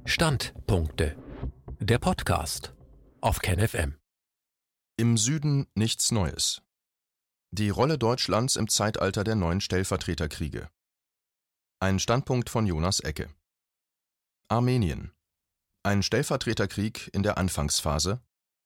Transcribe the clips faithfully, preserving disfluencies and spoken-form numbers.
Standpunkte. Der Podcast auf KenFM. Im Süden nichts Neues. Die Rolle Deutschlands im Zeitalter der neuen Stellvertreterkriege. Ein Standpunkt von Jonas Ecke. Armenien. Ein Stellvertreterkrieg in der Anfangsphase.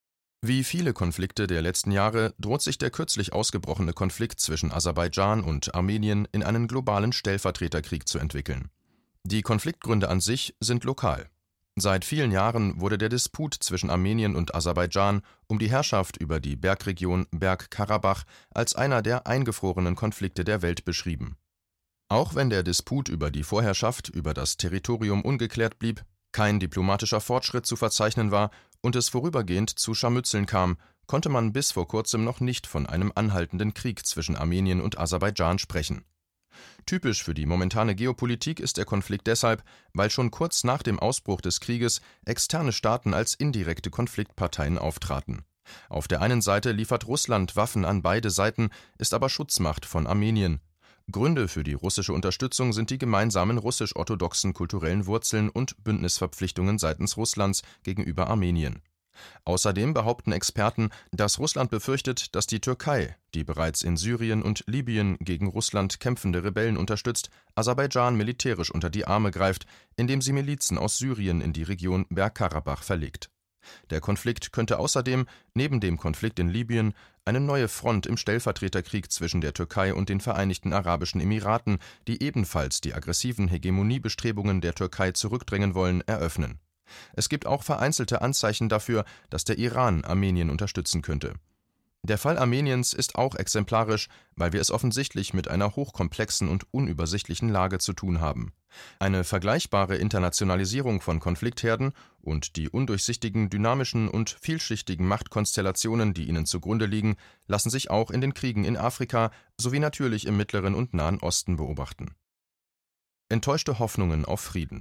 Wie viele Konflikte der letzten Jahre droht sich der kürzlich ausgebrochene Konflikt zwischen Aserbaidschan und Armenien in einen globalen Stellvertreterkrieg zu entwickeln. Die Konfliktgründe an sich sind lokal. Seit vielen Jahren wurde der Disput zwischen Armenien und Aserbaidschan um die Herrschaft über die Bergregion Bergkarabach als einer der eingefrorenen Konflikte der Welt beschrieben. Auch wenn der Disput über die Vorherrschaft über das Territorium ungeklärt blieb, kein diplomatischer Fortschritt zu verzeichnen war und es vorübergehend zu Scharmützeln kam, konnte man bis vor kurzem noch nicht von einem anhaltenden Krieg zwischen Armenien und Aserbaidschan sprechen. Typisch für die momentane Geopolitik ist der Konflikt deshalb, weil schon kurz nach dem Ausbruch des Krieges externe Staaten als indirekte Konfliktparteien auftraten. Auf der einen Seite liefert Russland Waffen an beide Seiten, ist aber Schutzmacht von Armenien. Gründe für die russische Unterstützung sind die gemeinsamen russisch-orthodoxen kulturellen Wurzeln und Bündnisverpflichtungen seitens Russlands gegenüber Armenien. Außerdem behaupten Experten, dass Russland befürchtet, dass die Türkei, die bereits in Syrien und Libyen gegen Russland kämpfende Rebellen unterstützt, Aserbaidschan militärisch unter die Arme greift, indem sie Milizen aus Syrien in die Region Bergkarabach verlegt. Der Konflikt könnte außerdem, neben dem Konflikt in Libyen, eine neue Front im Stellvertreterkrieg zwischen der Türkei und den Vereinigten Arabischen Emiraten, die ebenfalls die aggressiven Hegemoniebestrebungen der Türkei zurückdrängen wollen, eröffnen. Es gibt auch vereinzelte Anzeichen dafür, dass der Iran Armenien unterstützen könnte. Der Fall Armeniens ist auch exemplarisch, weil wir es offensichtlich mit einer hochkomplexen und unübersichtlichen Lage zu tun haben. Eine vergleichbare Internationalisierung von Konfliktherden und die undurchsichtigen, dynamischen und vielschichtigen Machtkonstellationen, die ihnen zugrunde liegen, lassen sich auch in den Kriegen in Afrika sowie natürlich im Mittleren und Nahen Osten beobachten. Enttäuschte Hoffnungen auf Frieden.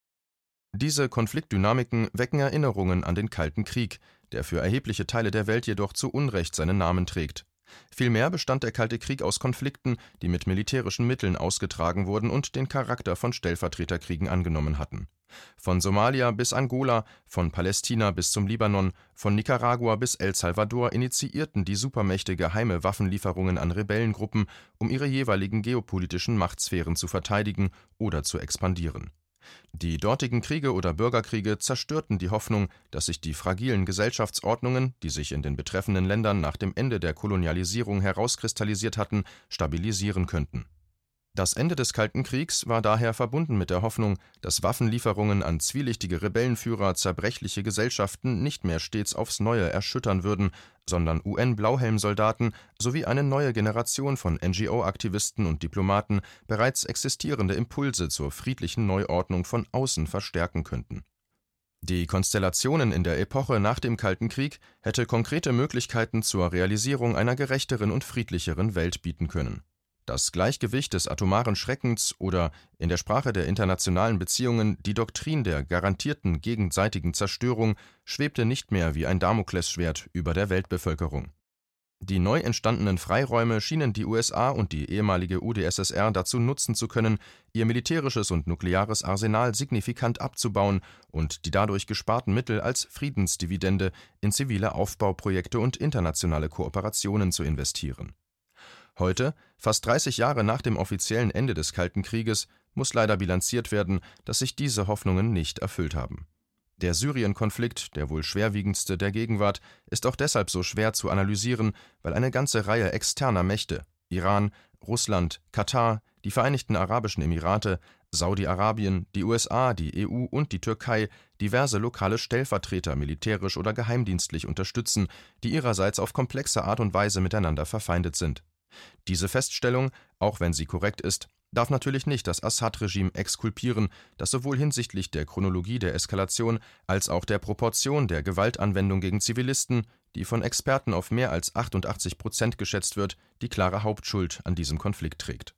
Diese Konfliktdynamiken wecken Erinnerungen an den Kalten Krieg, der für erhebliche Teile der Welt jedoch zu Unrecht seinen Namen trägt. Vielmehr bestand der Kalte Krieg aus Konflikten, die mit militärischen Mitteln ausgetragen wurden und den Charakter von Stellvertreterkriegen angenommen hatten. Von Somalia bis Angola, von Palästina bis zum Libanon, von Nicaragua bis El Salvador initiierten die Supermächte geheime Waffenlieferungen an Rebellengruppen, um ihre jeweiligen geopolitischen Machtsphären zu verteidigen oder zu expandieren. Die dortigen Kriege oder Bürgerkriege zerstörten die Hoffnung, dass sich die fragilen Gesellschaftsordnungen, die sich in den betreffenden Ländern nach dem Ende der Kolonialisierung herauskristallisiert hatten, stabilisieren könnten. Das Ende des Kalten Kriegs war daher verbunden mit der Hoffnung, dass Waffenlieferungen an zwielichtige Rebellenführer zerbrechliche Gesellschaften nicht mehr stets aufs Neue erschüttern würden, sondern U N-Blauhelm-Soldaten sowie eine neue Generation von N G O-Aktivisten und Diplomaten bereits existierende Impulse zur friedlichen Neuordnung von außen verstärken könnten. Die Konstellationen in der Epoche nach dem Kalten Krieg hätte konkrete Möglichkeiten zur Realisierung einer gerechteren und friedlicheren Welt bieten können. Das Gleichgewicht des atomaren Schreckens oder, in der Sprache der internationalen Beziehungen, die Doktrin der garantierten gegenseitigen Zerstörung schwebte nicht mehr wie ein Damoklesschwert über der Weltbevölkerung. Die neu entstandenen Freiräume schienen die U S A und die ehemalige U d S S R dazu nutzen zu können, ihr militärisches und nukleares Arsenal signifikant abzubauen und die dadurch gesparten Mittel als Friedensdividende in zivile Aufbauprojekte und internationale Kooperationen zu investieren. Heute, fast dreißig Jahre nach dem offiziellen Ende des Kalten Krieges, muss leider bilanziert werden, dass sich diese Hoffnungen nicht erfüllt haben. Der Syrien-Konflikt, der wohl schwerwiegendste der Gegenwart, ist auch deshalb so schwer zu analysieren, weil eine ganze Reihe externer Mächte – Iran, Russland, Katar, die Vereinigten Arabischen Emirate, Saudi-Arabien, die U S A, die E U und die Türkei – diverse lokale Stellvertreter militärisch oder geheimdienstlich unterstützen, die ihrerseits auf komplexe Art und Weise miteinander verfeindet sind. Diese Feststellung, auch wenn sie korrekt ist, darf natürlich nicht das Assad-Regime exkulpieren, das sowohl hinsichtlich der Chronologie der Eskalation als auch der Proportion der Gewaltanwendung gegen Zivilisten, die von Experten auf mehr als achtundachtzig Prozent geschätzt wird, die klare Hauptschuld an diesem Konflikt trägt.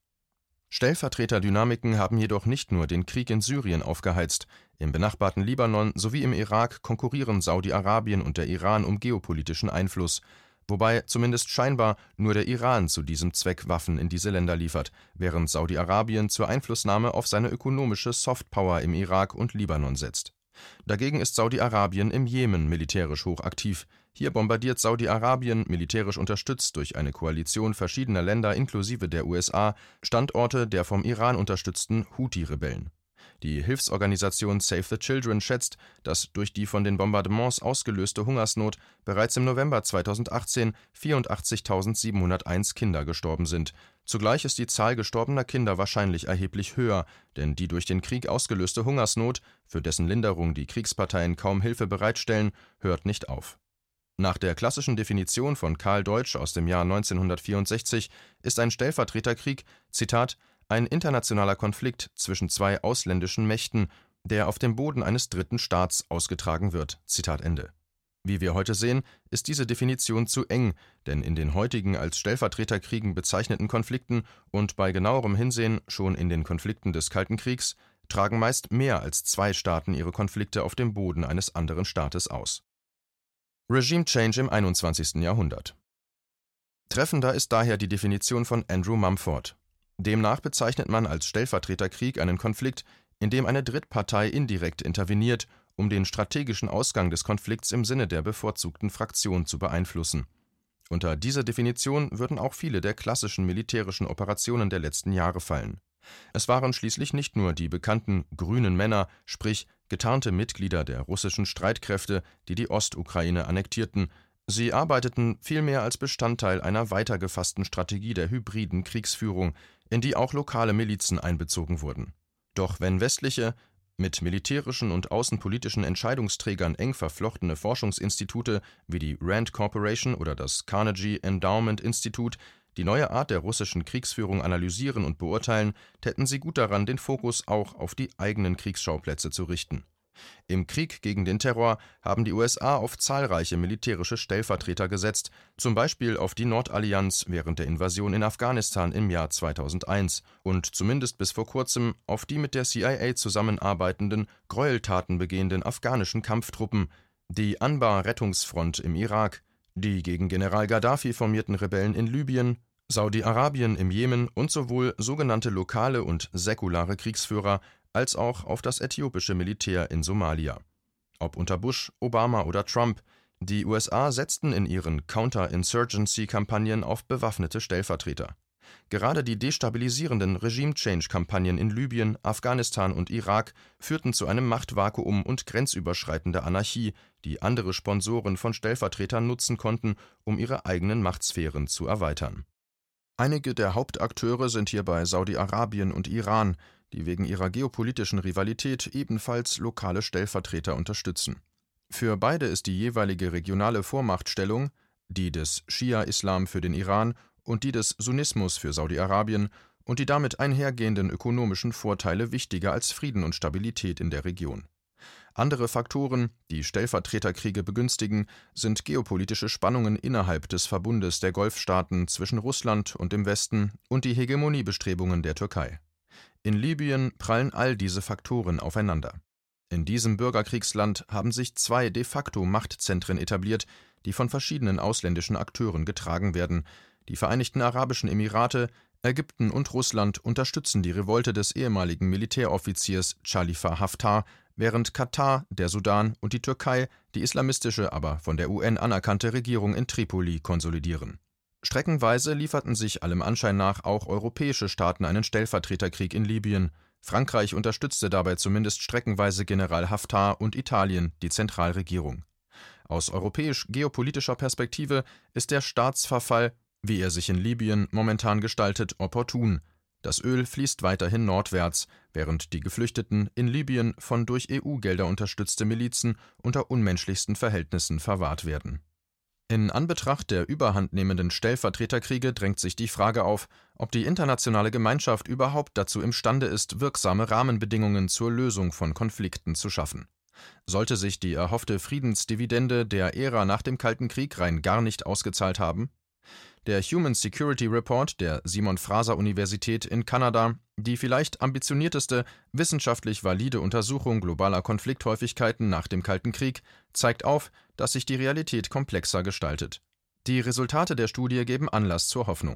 Stellvertreterdynamiken haben jedoch nicht nur den Krieg in Syrien aufgeheizt. Im benachbarten Libanon sowie im Irak konkurrieren Saudi-Arabien und der Iran um geopolitischen Einfluss. wobei zumindest scheinbar nur der Iran zu diesem Zweck Waffen in diese Länder liefert, während Saudi-Arabien zur Einflussnahme auf seine ökonomische Softpower im Irak und Libanon setzt. Dagegen ist Saudi-Arabien im Jemen militärisch hochaktiv. Hier bombardiert Saudi-Arabien, militärisch unterstützt durch eine Koalition verschiedener Länder inklusive der U S A, Standorte der vom Iran unterstützten Houthi-Rebellen. Die Hilfsorganisation Save the Children schätzt, dass durch die von den Bombardements ausgelöste Hungersnot bereits im November zweitausendachtzehn vierundachtzigtausendsiebenhunderteins Kinder gestorben sind. Zugleich ist die Zahl gestorbener Kinder wahrscheinlich erheblich höher, denn die durch den Krieg ausgelöste Hungersnot, für dessen Linderung die Kriegsparteien kaum Hilfe bereitstellen, hört nicht auf. Nach der klassischen Definition von Karl Deutsch aus dem Jahr neunzehnhundertvierundsechzig ist ein Stellvertreterkrieg, Zitat, ein internationaler Konflikt zwischen zwei ausländischen Mächten, der auf dem Boden eines dritten Staats ausgetragen wird. Zitat Ende. Wie wir heute sehen, ist diese Definition zu eng, denn in den heutigen als Stellvertreterkriegen bezeichneten Konflikten und bei genauerem Hinsehen schon in den Konflikten des Kalten Kriegs tragen meist mehr als zwei Staaten ihre Konflikte auf dem Boden eines anderen Staates aus. Regime Change im einundzwanzigsten Jahrhundert. Treffender ist daher die Definition von Andrew Mumford. Demnach bezeichnet man als Stellvertreterkrieg einen Konflikt, in dem eine Drittpartei indirekt interveniert, um den strategischen Ausgang des Konflikts im Sinne der bevorzugten Fraktion zu beeinflussen. Unter dieser Definition würden auch viele der klassischen militärischen Operationen der letzten Jahre fallen. Es waren schließlich nicht nur die bekannten grünen Männer, sprich getarnte Mitglieder der russischen Streitkräfte, die die Ostukraine annektierten. Sie arbeiteten vielmehr als Bestandteil einer weiter gefassten Strategie der hybriden Kriegsführung, in die auch lokale Milizen einbezogen wurden. Doch wenn westliche, mit militärischen und außenpolitischen Entscheidungsträgern eng verflochtene Forschungsinstitute wie die Rand Corporation oder das Carnegie Endowment Institute die neue Art der russischen Kriegsführung analysieren und beurteilen, täten sie gut daran, den Fokus auch auf die eigenen Kriegsschauplätze zu richten. Im Krieg gegen den Terror haben die U S A auf zahlreiche militärische Stellvertreter gesetzt, zum Beispiel auf die Nordallianz während der Invasion in Afghanistan im Jahr zweitausendeins und zumindest bis vor kurzem auf die mit der C I A zusammenarbeitenden, Gräueltaten begehenden afghanischen Kampftruppen, die Anbar-Rettungsfront im Irak, die gegen General Gaddafi formierten Rebellen in Libyen, Saudi-Arabien im Jemen und sowohl sogenannte lokale und säkulare Kriegsführer als auch auf das äthiopische Militär in Somalia. Ob unter Bush, Obama oder Trump, die U S A setzten in ihren Counter-Insurgency-Kampagnen auf bewaffnete Stellvertreter. Gerade die destabilisierenden Regime-Change-Kampagnen in Libyen, Afghanistan und Irak führten zu einem Machtvakuum und grenzüberschreitender Anarchie, die andere Sponsoren von Stellvertretern nutzen konnten, um ihre eigenen Machtsphären zu erweitern. Einige der Hauptakteure sind hierbei Saudi-Arabien und Iran, die wegen ihrer geopolitischen Rivalität ebenfalls lokale Stellvertreter unterstützen. Für beide ist die jeweilige regionale Vormachtstellung, die des Schia-Islam für den Iran und die des Sunnismus für Saudi-Arabien, und die damit einhergehenden ökonomischen Vorteile wichtiger als Frieden und Stabilität in der Region. Andere Faktoren, die Stellvertreterkriege begünstigen, sind geopolitische Spannungen innerhalb des Verbundes der Golfstaaten zwischen Russland und dem Westen und die Hegemoniebestrebungen der Türkei. In Libyen prallen all diese Faktoren aufeinander. In diesem Bürgerkriegsland haben sich zwei de facto Machtzentren etabliert, die von verschiedenen ausländischen Akteuren getragen werden. Die Vereinigten Arabischen Emirate, Ägypten und Russland unterstützen die Revolte des ehemaligen Militäroffiziers Khalifa Haftar, während Katar, der Sudan und die Türkei die islamistische, aber von der U N anerkannte Regierung in Tripoli konsolidieren. Streckenweise lieferten sich allem Anschein nach auch europäische Staaten einen Stellvertreterkrieg in Libyen. Frankreich unterstützte dabei zumindest streckenweise General Haftar und Italien die Zentralregierung. Aus europäisch-geopolitischer Perspektive ist der Staatsverfall, wie er sich in Libyen momentan gestaltet, opportun. Das Öl fließt weiterhin nordwärts, während die Geflüchteten in Libyen von durch E U-Gelder unterstützte Milizen unter unmenschlichsten Verhältnissen verwahrt werden. In Anbetracht der überhandnehmenden Stellvertreterkriege drängt sich die Frage auf, ob die internationale Gemeinschaft überhaupt dazu imstande ist, wirksame Rahmenbedingungen zur Lösung von Konflikten zu schaffen. Sollte sich die erhoffte Friedensdividende der Ära nach dem Kalten Krieg rein gar nicht ausgezahlt haben? Der Human Security Report der Simon-Fraser-Universität in Kanada, die vielleicht ambitionierteste, wissenschaftlich valide Untersuchung globaler Konflikthäufigkeiten nach dem Kalten Krieg, zeigt auf, dass sich die Realität komplexer gestaltet. Die Resultate der Studie geben Anlass zur Hoffnung.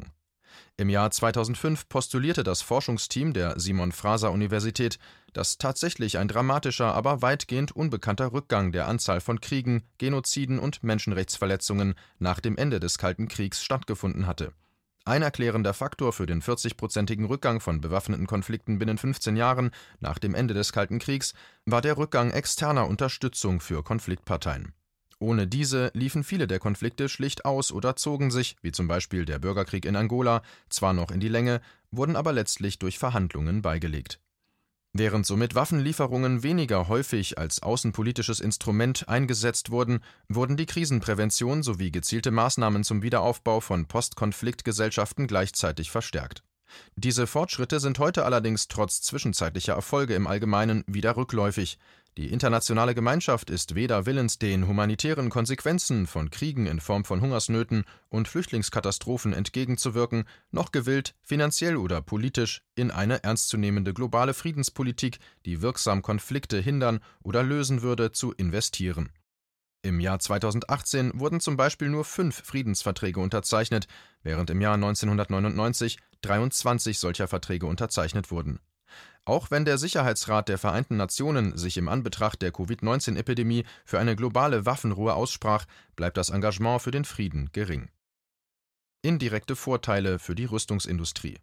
Im Jahr zweitausendfünf postulierte das Forschungsteam der Simon-Fraser-Universität, dass tatsächlich ein dramatischer, aber weitgehend unbekannter Rückgang der Anzahl von Kriegen, Genoziden und Menschenrechtsverletzungen nach dem Ende des Kalten Kriegs stattgefunden hatte. Ein erklärender Faktor für den vierzigprozentigen Rückgang von bewaffneten Konflikten binnen fünfzehn Jahren nach dem Ende des Kalten Kriegs war der Rückgang externer Unterstützung für Konfliktparteien. Ohne diese liefen viele der Konflikte schlicht aus oder zogen sich, wie zum Beispiel der Bürgerkrieg in Angola, zwar noch in die Länge, wurden aber letztlich durch Verhandlungen beigelegt. Während somit Waffenlieferungen weniger häufig als außenpolitisches Instrument eingesetzt wurden, wurden die Krisenprävention sowie gezielte Maßnahmen zum Wiederaufbau von Postkonfliktgesellschaften gleichzeitig verstärkt. Diese Fortschritte sind heute allerdings trotz zwischenzeitlicher Erfolge im Allgemeinen wieder rückläufig. Die internationale Gemeinschaft ist weder willens, den humanitären Konsequenzen von Kriegen in Form von Hungersnöten und Flüchtlingskatastrophen entgegenzuwirken, noch gewillt, finanziell oder politisch in eine ernstzunehmende globale Friedenspolitik, die wirksam Konflikte hindern oder lösen würde, zu investieren. Im Jahr zweitausendachtzehn wurden zum Beispiel nur fünf Friedensverträge unterzeichnet, während im Jahr neunzehnhundertneunundneunzig dreiundzwanzig solcher Verträge unterzeichnet wurden. Auch wenn der Sicherheitsrat der Vereinten Nationen sich im Anbetracht der Covid neunzehn Epidemie für eine globale Waffenruhe aussprach, bleibt das Engagement für den Frieden gering. Indirekte Vorteile für die Rüstungsindustrie.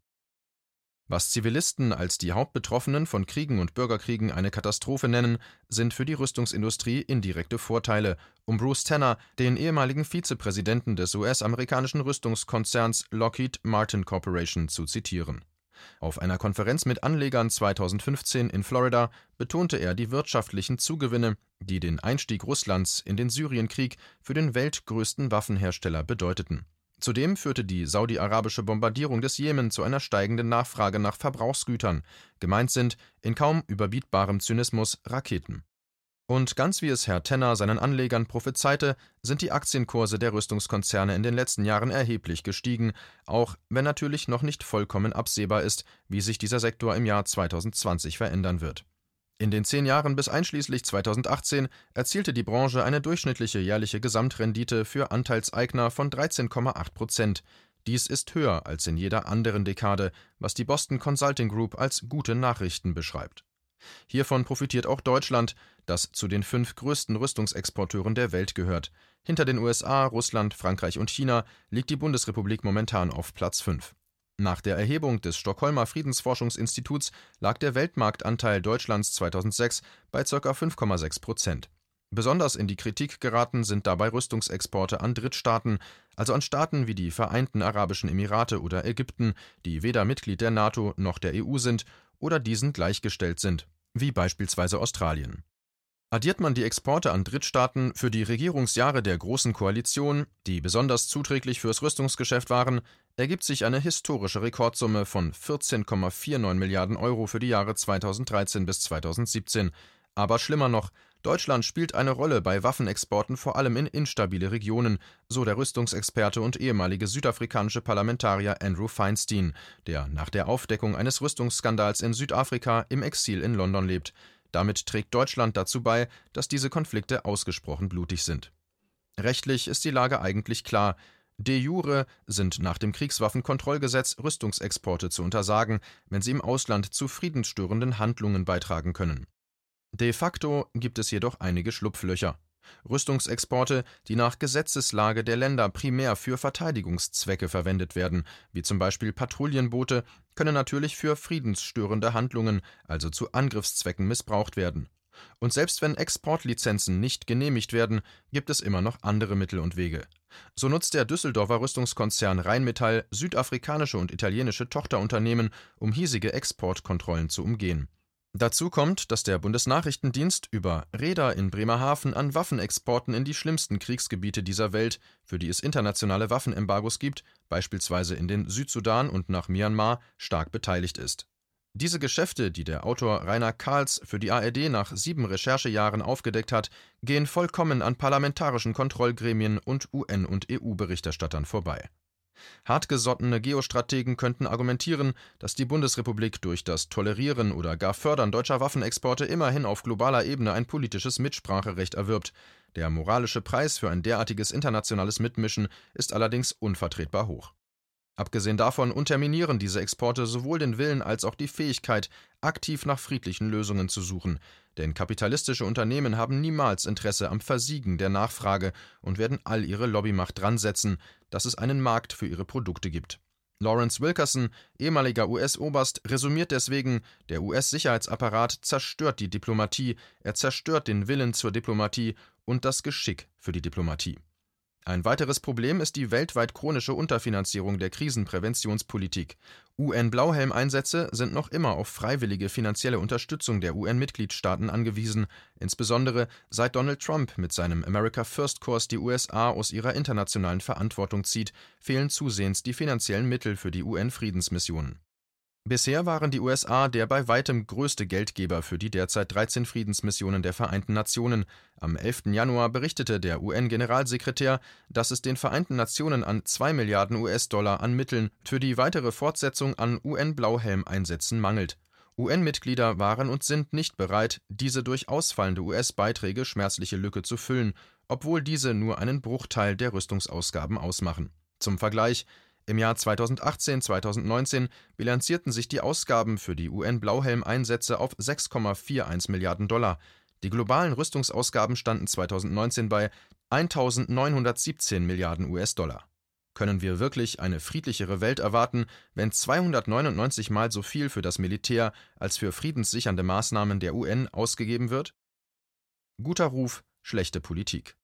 Was Zivilisten als die Hauptbetroffenen von Kriegen und Bürgerkriegen eine Katastrophe nennen, sind für die Rüstungsindustrie indirekte Vorteile, um Bruce Tanner, den ehemaligen Vizepräsidenten des U S-amerikanischen Rüstungskonzerns Lockheed Martin Corporation, zu zitieren. Auf einer Konferenz mit Anlegern zweitausendfünfzehn in Florida betonte er die wirtschaftlichen Zugewinne, die den Einstieg Russlands in den Syrienkrieg für den weltgrößten Waffenhersteller bedeuteten. Zudem führte die saudi-arabische Bombardierung des Jemen zu einer steigenden Nachfrage nach Verbrauchsgütern. Gemeint sind, in kaum überbietbarem Zynismus, Raketen. Und ganz wie es Herr Tanner seinen Anlegern prophezeite, sind die Aktienkurse der Rüstungskonzerne in den letzten Jahren erheblich gestiegen, auch wenn natürlich noch nicht vollkommen absehbar ist, wie sich dieser Sektor im Jahr zweitausendzwanzig verändern wird. In den zehn Jahren bis einschließlich zweitausendachtzehn erzielte die Branche eine durchschnittliche jährliche Gesamtrendite für Anteilseigner von dreizehn Komma acht Prozent. Dies ist höher als in jeder anderen Dekade, was die Boston Consulting Group als gute Nachrichten beschreibt. Hiervon profitiert auch Deutschland, das zu den fünf größten Rüstungsexporteuren der Welt gehört. Hinter den U S A, Russland, Frankreich und China liegt die Bundesrepublik momentan auf Platz fünf. Nach der Erhebung des Stockholmer Friedensforschungsinstituts lag der Weltmarktanteil Deutschlands zweitausendsechs bei ca. fünf Komma sechs Prozent. Besonders in die Kritik geraten sind dabei Rüstungsexporte an Drittstaaten, also an Staaten wie die Vereinten Arabischen Emirate oder Ägypten, die weder Mitglied der NATO noch der E U sind oder diesen gleichgestellt sind, wie beispielsweise Australien. Addiert man die Exporte an Drittstaaten für die Regierungsjahre der Großen Koalition, die besonders zuträglich fürs Rüstungsgeschäft waren, ergibt sich eine historische Rekordsumme von vierzehn Komma neunundvierzig Milliarden Euro für die Jahre zweitausenddreizehn bis zweitausendsiebzehn. Aber schlimmer noch, Deutschland spielt eine Rolle bei Waffenexporten vor allem in instabile Regionen, so der Rüstungsexperte und ehemalige südafrikanische Parlamentarier Andrew Feinstein, der nach der Aufdeckung eines Rüstungsskandals in Südafrika im Exil in London lebt. Damit trägt Deutschland dazu bei, dass diese Konflikte ausgesprochen blutig sind. Rechtlich ist die Lage eigentlich klar. De jure sind nach dem Kriegswaffenkontrollgesetz Rüstungsexporte zu untersagen, wenn sie im Ausland zu friedensstörenden Handlungen beitragen können. De facto gibt es jedoch einige Schlupflöcher. Rüstungsexporte, die nach Gesetzeslage der Länder primär für Verteidigungszwecke verwendet werden, wie zum Beispiel Patrouillenboote, können natürlich für friedensstörende Handlungen, also zu Angriffszwecken, missbraucht werden. Und selbst wenn Exportlizenzen nicht genehmigt werden, gibt es immer noch andere Mittel und Wege. So nutzt der Düsseldorfer Rüstungskonzern Rheinmetall südafrikanische und italienische Tochterunternehmen, um hiesige Exportkontrollen zu umgehen. Dazu kommt, dass der Bundesnachrichtendienst über Reeder in Bremerhaven an Waffenexporten in die schlimmsten Kriegsgebiete dieser Welt, für die es internationale Waffenembargos gibt, beispielsweise in den Südsudan und nach Myanmar, stark beteiligt ist. Diese Geschäfte, die der Autor Rainer Kahls für die A R D nach sieben Recherchejahren aufgedeckt hat, gehen vollkommen an parlamentarischen Kontrollgremien und U N- und E U-Berichterstattern vorbei. Hartgesottene Geostrategen könnten argumentieren, dass die Bundesrepublik durch das Tolerieren oder gar Fördern deutscher Waffenexporte immerhin auf globaler Ebene ein politisches Mitspracherecht erwirbt. Der moralische Preis für ein derartiges internationales Mitmischen ist allerdings unvertretbar hoch. Abgesehen davon unterminieren diese Exporte sowohl den Willen als auch die Fähigkeit, aktiv nach friedlichen Lösungen zu suchen. Denn kapitalistische Unternehmen haben niemals Interesse am Versiegen der Nachfrage und werden all ihre Lobbymacht dran setzen, dass es einen Markt für ihre Produkte gibt. Lawrence Wilkerson, ehemaliger U S-Oberst, resümiert deswegen: Der U S-Sicherheitsapparat zerstört die Diplomatie, er zerstört den Willen zur Diplomatie und das Geschick für die Diplomatie. Ein weiteres Problem ist die weltweit chronische Unterfinanzierung der Krisenpräventionspolitik. U N-Blauhelm-Einsätze sind noch immer auf freiwillige finanzielle Unterstützung der U N-Mitgliedstaaten angewiesen. Insbesondere seit Donald Trump mit seinem America-First-Kurs die U S A aus ihrer internationalen Verantwortung zieht, fehlen zusehends die finanziellen Mittel für die U N-Friedensmissionen. Bisher waren die U S A der bei weitem größte Geldgeber für die derzeit dreizehn Friedensmissionen der Vereinten Nationen. Am elften Januar berichtete der U N-Generalsekretär, dass es den Vereinten Nationen an zwei Milliarden U S-Dollar an Mitteln für die weitere Fortsetzung an U N-Blauhelm-Einsätzen mangelt. U N-Mitglieder waren und sind nicht bereit, diese durch ausfallende U S-Beiträge schmerzliche Lücke zu füllen, obwohl diese nur einen Bruchteil der Rüstungsausgaben ausmachen. Zum Vergleich: Im Jahr zweitausendachtzehn zweitausendneunzehn bilanzierten sich die Ausgaben für die U N-Blauhelm-Einsätze auf sechs Komma einundvierzig Milliarden Dollar. Die globalen Rüstungsausgaben standen zweitausendneunzehn bei eintausendneunhundertsiebzehn Milliarden U S-Dollar. Können wir wirklich eine friedlichere Welt erwarten, wenn zweihundertneunundneunzig Mal so viel für das Militär als für friedenssichernde Maßnahmen der U N ausgegeben wird? Guter Ruf, schlechte Politik.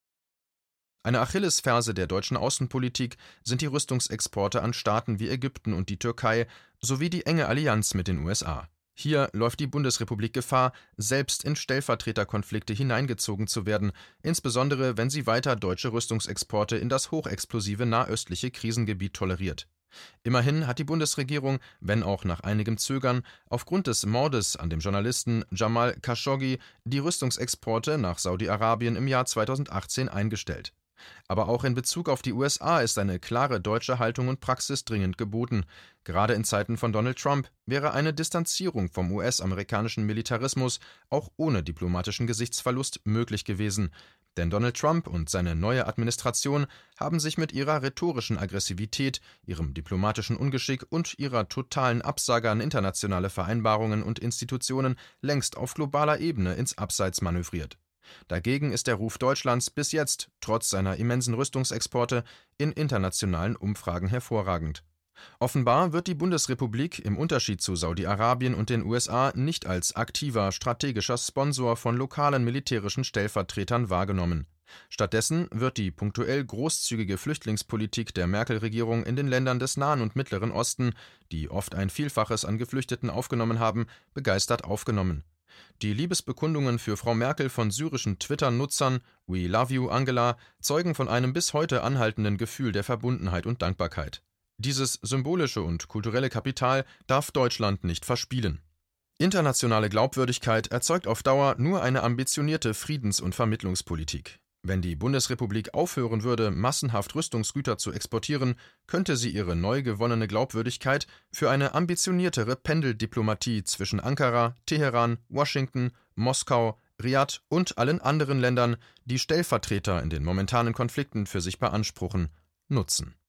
Eine Achillesferse der deutschen Außenpolitik sind die Rüstungsexporte an Staaten wie Ägypten und die Türkei sowie die enge Allianz mit den U S A. Hier läuft die Bundesrepublik Gefahr, selbst in Stellvertreterkonflikte hineingezogen zu werden, insbesondere wenn sie weiter deutsche Rüstungsexporte in das hochexplosive nahöstliche Krisengebiet toleriert. Immerhin hat die Bundesregierung, wenn auch nach einigem Zögern, aufgrund des Mordes an dem Journalisten Jamal Khashoggi die Rüstungsexporte nach Saudi-Arabien im Jahr zweitausendachtzehn eingestellt. Aber auch in Bezug auf die U S A ist eine klare deutsche Haltung und Praxis dringend geboten. Gerade in Zeiten von Donald Trump wäre eine Distanzierung vom U S-amerikanischen Militarismus auch ohne diplomatischen Gesichtsverlust möglich gewesen. Denn Donald Trump und seine neue Administration haben sich mit ihrer rhetorischen Aggressivität, ihrem diplomatischen Ungeschick und ihrer totalen Absage an internationale Vereinbarungen und Institutionen längst auf globaler Ebene ins Abseits manövriert. Dagegen ist der Ruf Deutschlands bis jetzt, trotz seiner immensen Rüstungsexporte, in internationalen Umfragen hervorragend. Offenbar wird die Bundesrepublik im Unterschied zu Saudi-Arabien und den U S A nicht als aktiver strategischer Sponsor von lokalen militärischen Stellvertretern wahrgenommen. Stattdessen wird die punktuell großzügige Flüchtlingspolitik der Merkel-Regierung in den Ländern des Nahen und Mittleren Osten, die oft ein Vielfaches an Geflüchteten aufgenommen haben, begeistert aufgenommen. Die Liebesbekundungen für Frau Merkel von syrischen Twitter-Nutzern „We love you, Angela“ zeugen von einem bis heute anhaltenden Gefühl der Verbundenheit und Dankbarkeit. Dieses symbolische und kulturelle Kapital darf Deutschland nicht verspielen. Internationale Glaubwürdigkeit erzeugt auf Dauer nur eine ambitionierte Friedens- und Vermittlungspolitik. Wenn die Bundesrepublik aufhören würde, massenhaft Rüstungsgüter zu exportieren, könnte sie ihre neu gewonnene Glaubwürdigkeit für eine ambitioniertere Pendeldiplomatie zwischen Ankara, Teheran, Washington, Moskau, Riad und allen anderen Ländern, die Stellvertreter in den momentanen Konflikten für sich beanspruchen, nutzen.